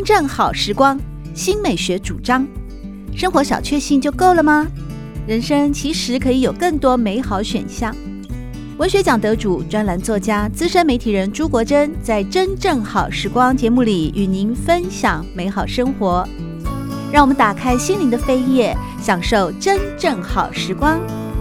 正好时光，新美学主张。生活小确幸就够了吗？人生其实可以有更多美好选项。文学奖得主、专栏作家、资深媒体人朱国珍在《真正好时光》节目里与您分享美好生活。让我们打开心灵的扉页，享受真正好时光。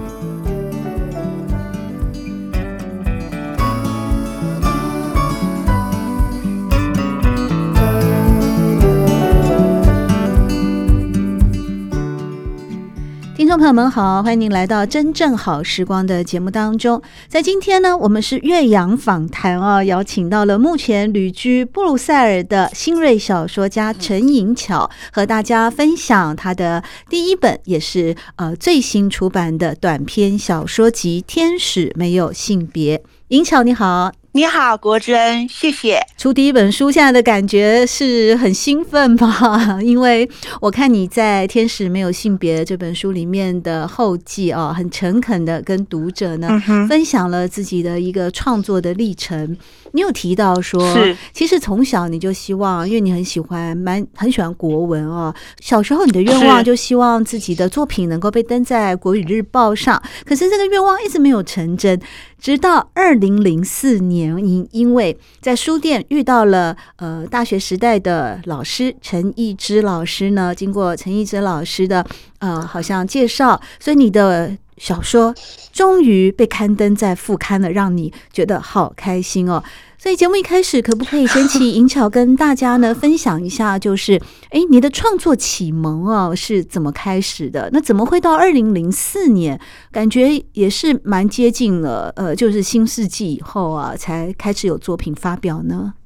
听众朋友们好，欢迎您来到真正好时光的节目当中。在今天呢，我们是岳阳访谈邀请到了目前旅居布鲁塞尔的新锐小说家陈颖巧，和大家分享他的第一本也是最新出版的短篇小说集《天使没有性别》。颖巧你好。 你好，国珍，谢谢。 出第一本书，现在的感觉是很兴奋吧？因为我看你在《天使没有性别》这本书里面的后记很诚恳的跟读者呢分享了自己的一个创作的历程。你有提到说，其实从小你就希望，因为你很喜欢国文小时候你的愿望就希望自己的作品能够被登在国语日报上，可是这个愿望一直没有成真。直到2004年，你因为在书店遇到了大学时代的老师陈逸之老师呢，经过陈逸之老师的好像介绍，所以你的小说终于被刊登在副刊了，让你觉得好开心哦。所以节目一开始可不可以先请颖巧跟大家呢分享一下，就是你的创作启蒙是怎么开始的？那怎么会到2004年，感觉也是蛮接近了就是新世纪以后才开始有作品发表呢？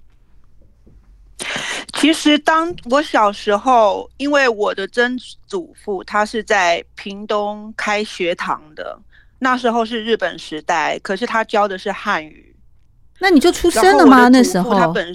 其实当我小时候，因为我的曾祖父他是在屏东开学堂的，那时候是日本时代，可是他教的是汉语。 那你就出生了吗？那时候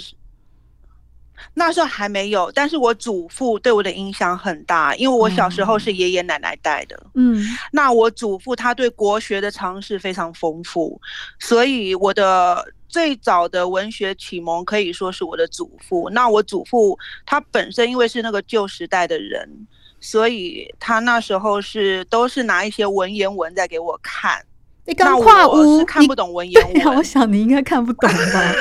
那时候还没有，但是我祖父对我的影响很大，因为我小时候是爷爷奶奶带的。那我祖父他对国学的常识非常丰富，所以我的最早的文学启蒙可以说是我的祖父。那我祖父他本身因为是那个旧时代的人，所以他那时候都是拿一些文言文在给我看。 你刚跨屋， 是看不懂文言文。 我想你应该看不懂吧。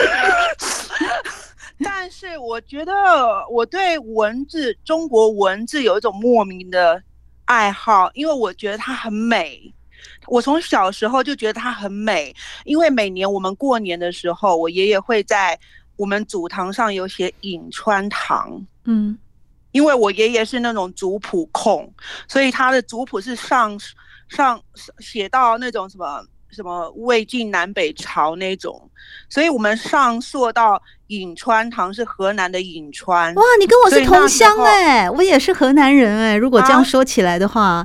但是我觉得我对中国文字有一种莫名的爱好，因为我觉得它很美。我从小时候就觉得它很美，因为每年我们过年的时候，我爷爷会在我们祖堂上有写颍川堂。因为我爷爷是那种族谱控，所以他的族谱是上写到那种什么魏晋南北朝那种，所以我们上溯到颍川堂是河南的颍川。 哇，你跟我是同乡我也是河南人如果这样说起来的话，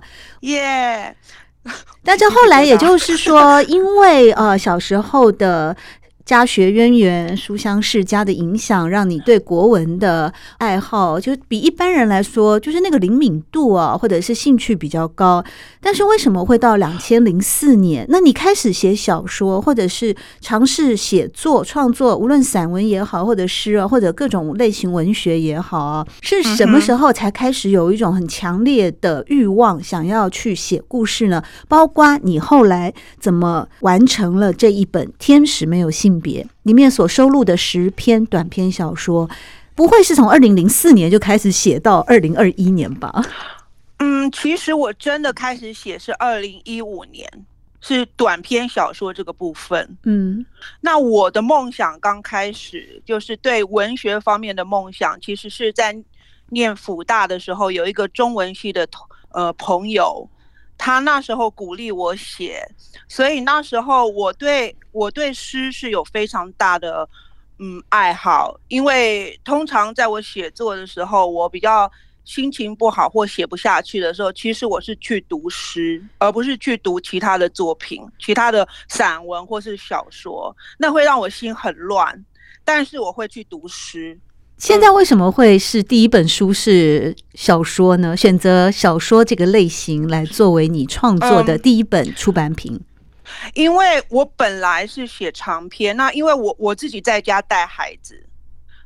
但是后来也就是说，因为小时候的家学渊源、书香世家的影响，让你对国文的爱好就比一般人来说，就是那个灵敏度或者是兴趣比较高。但是为什么会到2004年？那你开始写小说，或者是尝试写作创作，无论散文也好，或者诗或者各种类型文学也好是什么时候才开始有一种很强烈的欲望，想要去写故事呢？包括你后来怎么完成了这一本《天使没有性别》里面所收录的10篇短篇小说，不会是从2004年就开始写到2021年吧？ 其实我真的开始写是2015年，是短篇小说这个部分。那我的梦想刚开始就是对文学方面的梦想，其实是在念辅大的时候，有一个中文系的朋友，他那时候鼓励我写，所以那时候我对诗是有非常大的爱好。因为通常在我写作的时候，我比较心情不好或写不下去的时候，其实我是去读诗，而不是去读其他的作品，其他的散文或是小说，那会让我心很乱，但是我会去读诗。 现在为什么会是第一本书是小说呢？选择小说这个类型来作为你创作的第一本出版品？ 因为我本来是写长篇，那因为我自己在家带孩子，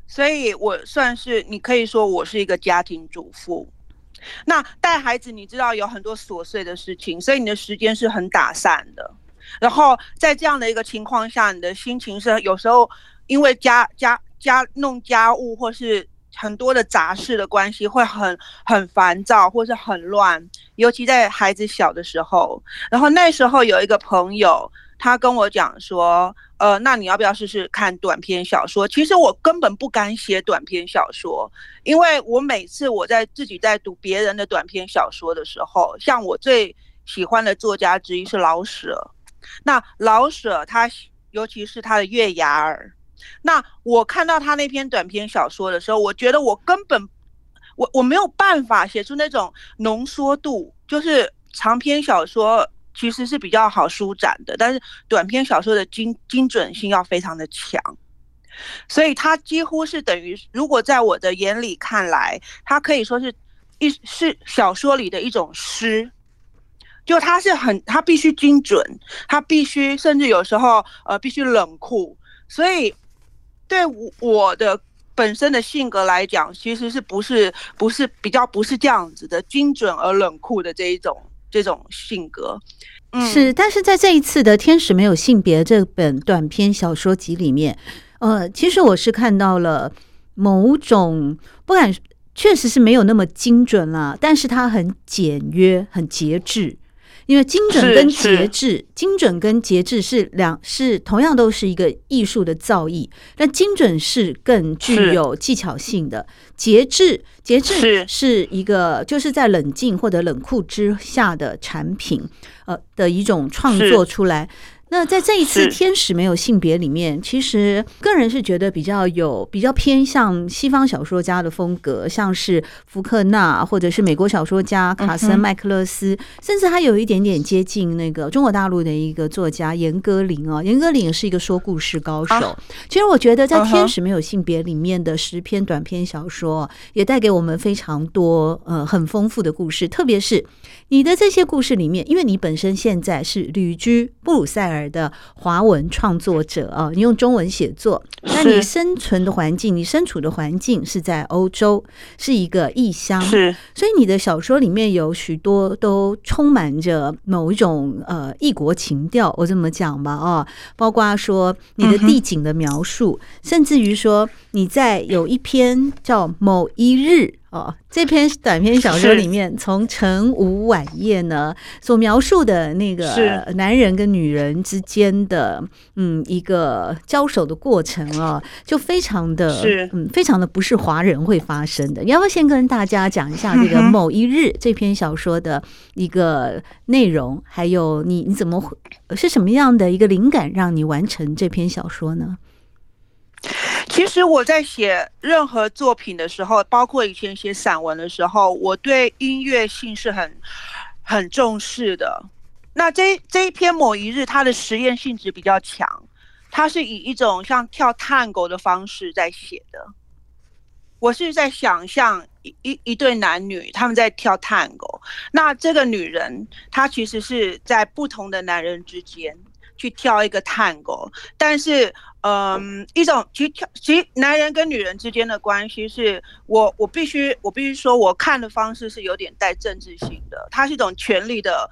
所以我算是，你可以说我是一个家庭主妇。那带孩子，你知道有很多琐碎的事情，所以你的时间是很打散的。然后在这样的一个情况下，你的心情是有时候因为弄家务或是很多的杂事的关系，会很烦躁或是很乱，尤其在孩子小的时候。然后那时候有一个朋友，他跟我讲说，那你要不要试试看短篇小说？其实我根本不敢写短篇小说，因为我每次自己在读别人的短篇小说的时候，像我最喜欢的作家之一是老舍。那老舍他尤其是他的《月牙儿》，那我看到他那篇短篇小说的时候，我觉得我根本我没有办法写出那种浓缩度，就是长篇小说其实是比较好舒展的，但是短篇小说的精准性要非常的强，所以它几乎是等于，如果在我的眼里看来，它可以说是小说里的一种诗。就它必须精准，它必须甚至有时候必须冷酷，所以对我的本身的性格来讲，其实是不是比较不是这样子的精准而冷酷的这种性格。 是，但是在这一次的《天使没有性别》这本短篇小说集里面，其实我是看到了某种不敢，确实是没有那么精准啦，但是它很简约，很节制。因为精准跟节制，精准跟节制是同样都是一个艺术的造诣，但精准是更具有技巧性的，节制是一个就是在冷静或者冷酷之下的产品，的一种创作出来。那在这一次《天使没有性别》里面，其实个人是觉得比较偏向西方小说家的风格，像是福克纳或者是美国小说家卡森麦克勒斯，甚至他有一点点接近那个中国大陆的一个作家严歌苓哦，严歌苓也是一个说故事高手。其实我觉得在《天使没有性别》里面的10篇短篇小说，也带给我们非常多很丰富的故事，特别是你的这些故事里面，因为你本身现在是旅居布鲁塞尔的华文创作者啊，你用中文写作，那你生存的环境，你身处的环境是在欧洲，是一个异乡，所以你的小说里面有许多都充满着某一种异国情调，我这么讲吧啊，包括说你的地景的描述，甚至于说你在有一篇叫某一日。这篇短篇小说里面，从晨午晚夜呢所描述的那个男人跟女人之间的一个交手的过程啊，就非常的非常的不是华人会发生的。你要不要先跟大家讲一下这个某一日这篇小说的一个内容，还有你怎么是什么样的一个灵感让你完成这篇小说呢？ 其实我在写任何作品的时候，包括以前写散文的时候，我对音乐性是很重视的。那这一篇某一日，它的实验性质比较强，它是以一种像跳探戈的方式在写的。我是在想象一对男女，他们在跳探戈。那这个女人，她其实是在不同的男人之间去跳一个探戈，但是一种其实男人跟女人之间的关系是我必须说，我看的方式是有点带政治性的，它是一种权力的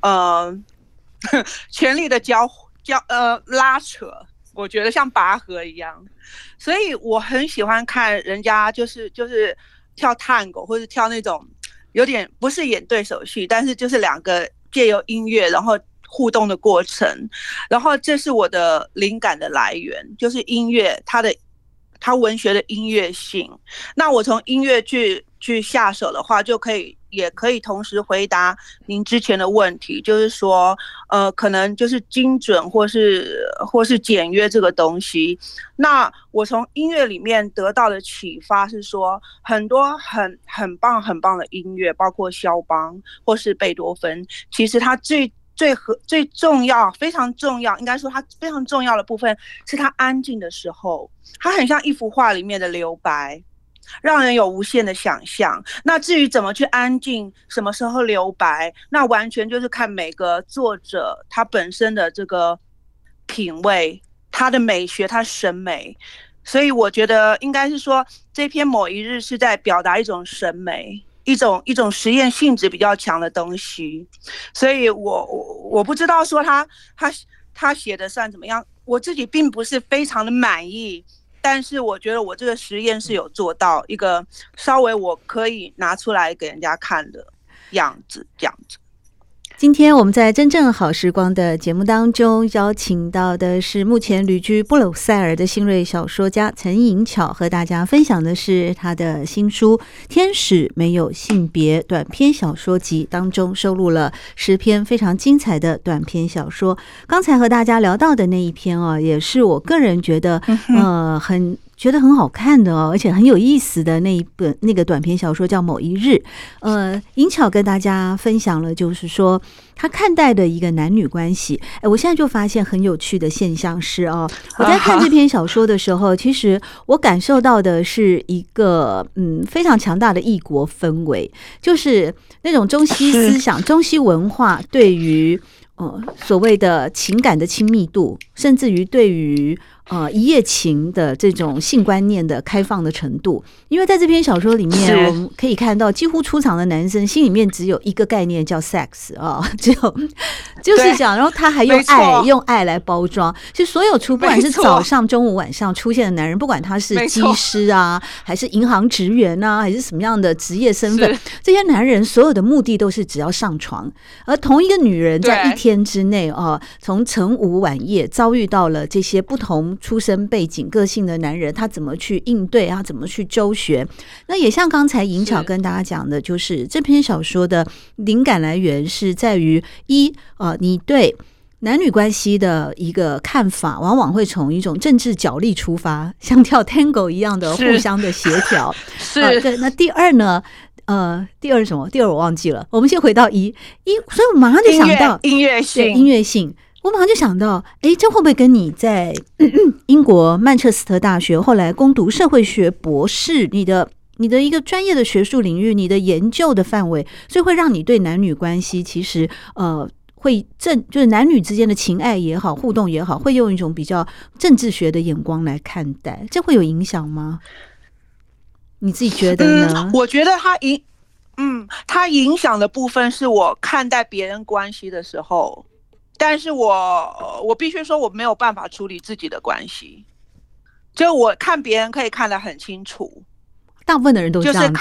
权力的拉扯，我觉得像拔河一样，所以我很喜欢看人家就是跳探戈，或是跳那种有点不是演对手戏，但是就是两个借由音乐然后互动的过程，然后这是我的灵感的来源，就是音乐，它文学的音乐性。那我从音乐去下手的话，也可以同时回答您之前的问题，就是说可能就是精准或是简约这个东西。那我从音乐里面得到的启发是说，很多很棒的音乐，包括肖邦或是贝多芬，其实它最重要，非常重要，应该说它非常重要的部分是它安静的时候，它很像一幅画里面的留白，让人有无限的想象。那至于怎么去安静，什么时候留白，那完全就是看每个作者他本身的这个品味，他的美学，他审美。 所以我觉得应该是说这篇某一日是在表达一种审美，一种实验性质比较强的东西。所以我不知道说他写的算怎么样，我自己并不是非常的满意，但是我觉得我这个实验是有做到一个稍微我可以拿出来给人家看的样子，这样子。 今天我们在真正好时光的节目当中邀请到的是目前旅居布鲁塞尔的新锐小说家陈颖巧，和大家分享的是他的新书《天使没有性别》短篇小说集当中收录了10篇非常精彩的短篇小说。刚才和大家聊到的那一篇也是我个人觉得觉得很好看的而且很有意思的那个短篇小说叫《某一日》。颖巧跟大家分享了，就是说他看待的一个男女关系。我现在就发现很有趣的现象是我在看这篇小说的时候，其实我感受到的是一个非常强大的异国氛围，就是那种中西思想、中西文化对于所谓的情感的亲密度，甚至于对于一夜情的这种性观念的开放的程度。因为在这篇小说里面，我们可以看到几乎出场的男生心里面只有一个概念叫 sex 只有就是讲，然后他还用爱来包装。其实所有不管是早上、中午、晚上出现的男人，不管他是机师啊，还是银行职员啊，还是什么样的职业身份，这些男人所有的目的都是只要上床。而同一个女人在一天之内从晨午晚夜遭遇到了这些不同出身背景个性的男人，他怎么去应对，他怎么去周旋。那也像刚才颖巧跟大家讲的，就是这篇小说的灵感来源是在于你对男女关系的一个看法往往会从一种政治角力出发，像跳 Tango 一样的互相的协调。对。那第二呢？第二是什么？第二我忘记了。我们先回到一，所以我马上就想到音乐性。我马上就想到，这会不会跟你在英国曼彻斯特大学后来攻读社会学博士，你的一个专业的学术领域，你的研究的范围，所以会让你对男女关系其实就是男女之间的情爱也好，互动也好，会用一种比较政治学的眼光来看待，这会有影响吗？你自己觉得呢？ 我觉得它影响的部分是我看待别人关系的时候，但是我必须说我没有办法处理自己的关系，就我看别人可以看得很清楚。 大部分的人都是这样子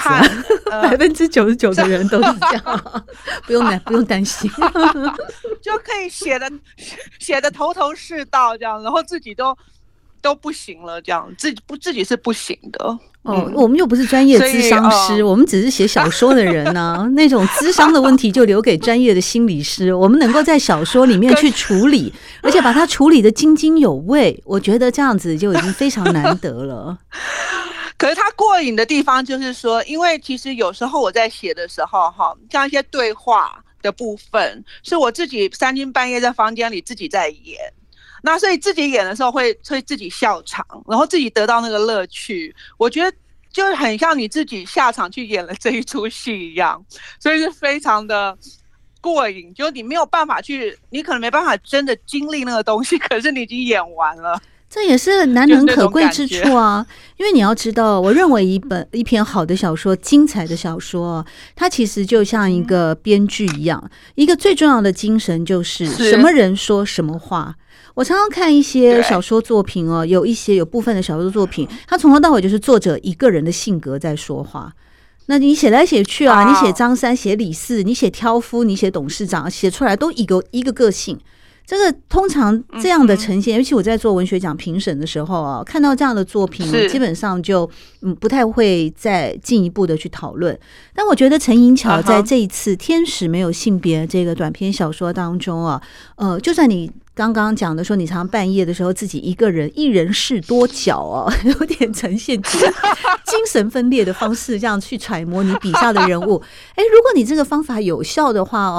，99%的人都是这样，不用担心， 就可以写的头头是道这样，然后自己都不行了，这样自己是不行的。 我们又不是专业咨商师，我们只是写小说的人呢。那种咨商的问题就留给专业的心理师，我们能够在小说里面去处理，而且把它处理得津津有味，我觉得这样子就已经非常难得了。 可是他过瘾的地方就是说，因为其实有时候我在写的时候像一些对话的部分是我自己3更半夜在房间里自己在演，那所以自己演的时候会自己笑场，然后自己得到那个乐趣，我觉得就是很像你自己下场去演了这一出戏一样，所以是非常的过瘾，就你没有办法你可能没办法真的经历那个东西，可是你已经演完了。 这也是难能可贵之处啊！因为你要知道，我认为一篇好的小说、精彩的小说，它其实就像一个编剧一样，一个最重要的精神就是什么人说什么话。我常常看一些小说作品有部分的小说作品，它从头到尾就是作者一个人的性格在说话。那你写来写去你写张三，写李四，你写挑夫，你写董事长，写出来都一个个性。这个通常这样的呈现，尤其我在做文学奖评审的时候看到这样的作品，基本上就不太会再进一步的去讨论。但我觉得陈颖巧在这一次《天使没有性别》这个短篇小说当中就算你刚刚讲的说你常半夜的时候自己一个人一人饰多角有点呈现精神分裂的方式，这样去揣摩你笔下的人物。如果你这个方法有效的话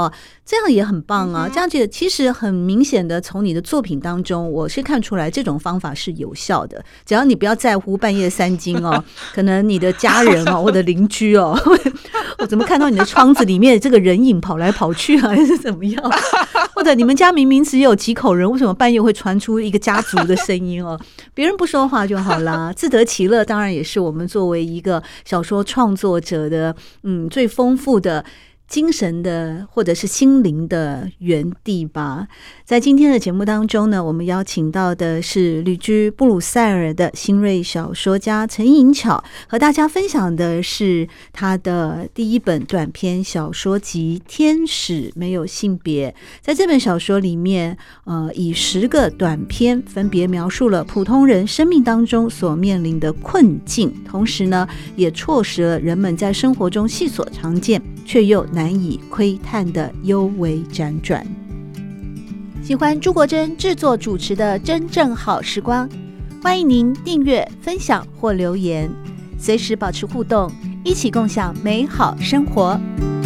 这样也很棒啊！这样其实很明显的，从你的作品当中，我是看出来这种方法是有效的。只要你不要在乎半夜3更哦，可能你的家人哦，或者邻居哦，我怎么看到你的窗子里面这个人影跑来跑去啊，还是怎么样？或者你们家明明只有几口人，为什么半夜会传出一个家族的声音哦？别人不说话就好啦，自得其乐，当然也是我们作为一个小说创作者的最丰富的精神的或者是心灵的园地吧。在今天的节目当中呢，我们邀请到的是旅居布鲁塞尔的新锐小说家陈颖巧，和大家分享的是他的第一本短篇小说集《天使没有性别》。在这本小说里面以10个短篇分别描述了普通人生命当中所面临的困境，同时呢也戳实了人们在生活中细所常见却又难以窥探的幽微辗转。喜欢朱国珍制作主持的真正好时光，欢迎您订阅、分享或留言，随时保持互动，一起共享美好生活。